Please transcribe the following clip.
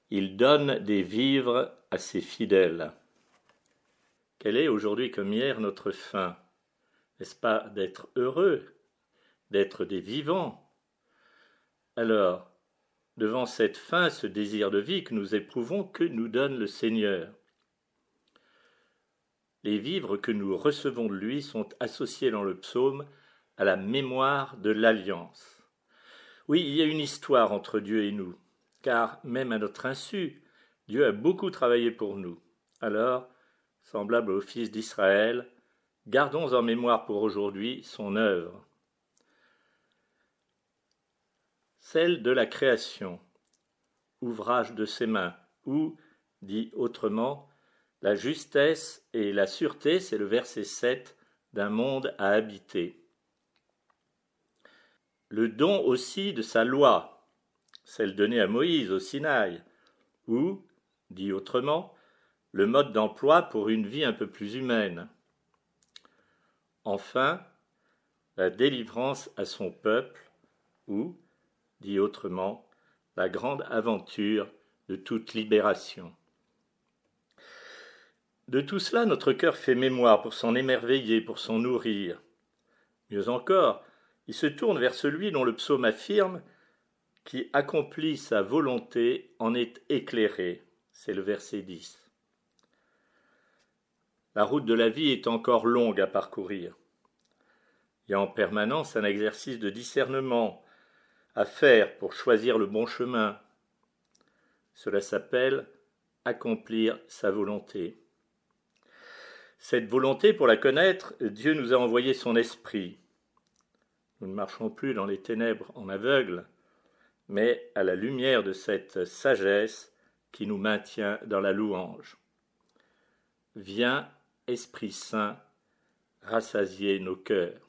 Il donne des vivres à ses fidèles. Quelle est aujourd'hui comme hier notre fin? N'est-ce pas d'être heureux, d'être des vivants? Alors, devant cette fin, ce désir de vie que nous éprouvons, que nous donne le Seigneur? Les vivres que nous recevons de lui sont associés dans le psaume à la mémoire de l'alliance. Oui, il y a une histoire entre Dieu et nous, car même à notre insu, Dieu a beaucoup travaillé pour nous. Alors, semblable au Fils d'Israël, gardons en mémoire pour aujourd'hui son œuvre. Celle de la création, ouvrage de ses mains, ou, dit autrement, la justesse et la sûreté, c'est le verset 7, d'un monde à habiter. Le don aussi de sa loi, celle donnée à Moïse au Sinaï, ou, dit autrement, le mode d'emploi pour une vie un peu plus humaine. Enfin, la délivrance à son peuple, ou, dit autrement, la grande aventure de toute libération. De tout cela, notre cœur fait mémoire pour s'en émerveiller, pour s'en nourrir. Mieux encore, il se tourne vers celui dont le psaume affirme qui accomplit sa volonté en est éclairé. C'est le verset 10. La route de la vie est encore longue à parcourir. Il y a en permanence un exercice de discernement à faire pour choisir le bon chemin. Cela s'appelle accomplir sa volonté. Cette volonté, pour la connaître, Dieu nous a envoyé son esprit. Nous ne marchons plus dans les ténèbres en aveugles, mais à la lumière de cette sagesse qui nous maintient dans la louange. Viens, Esprit Saint, rassasier nos cœurs.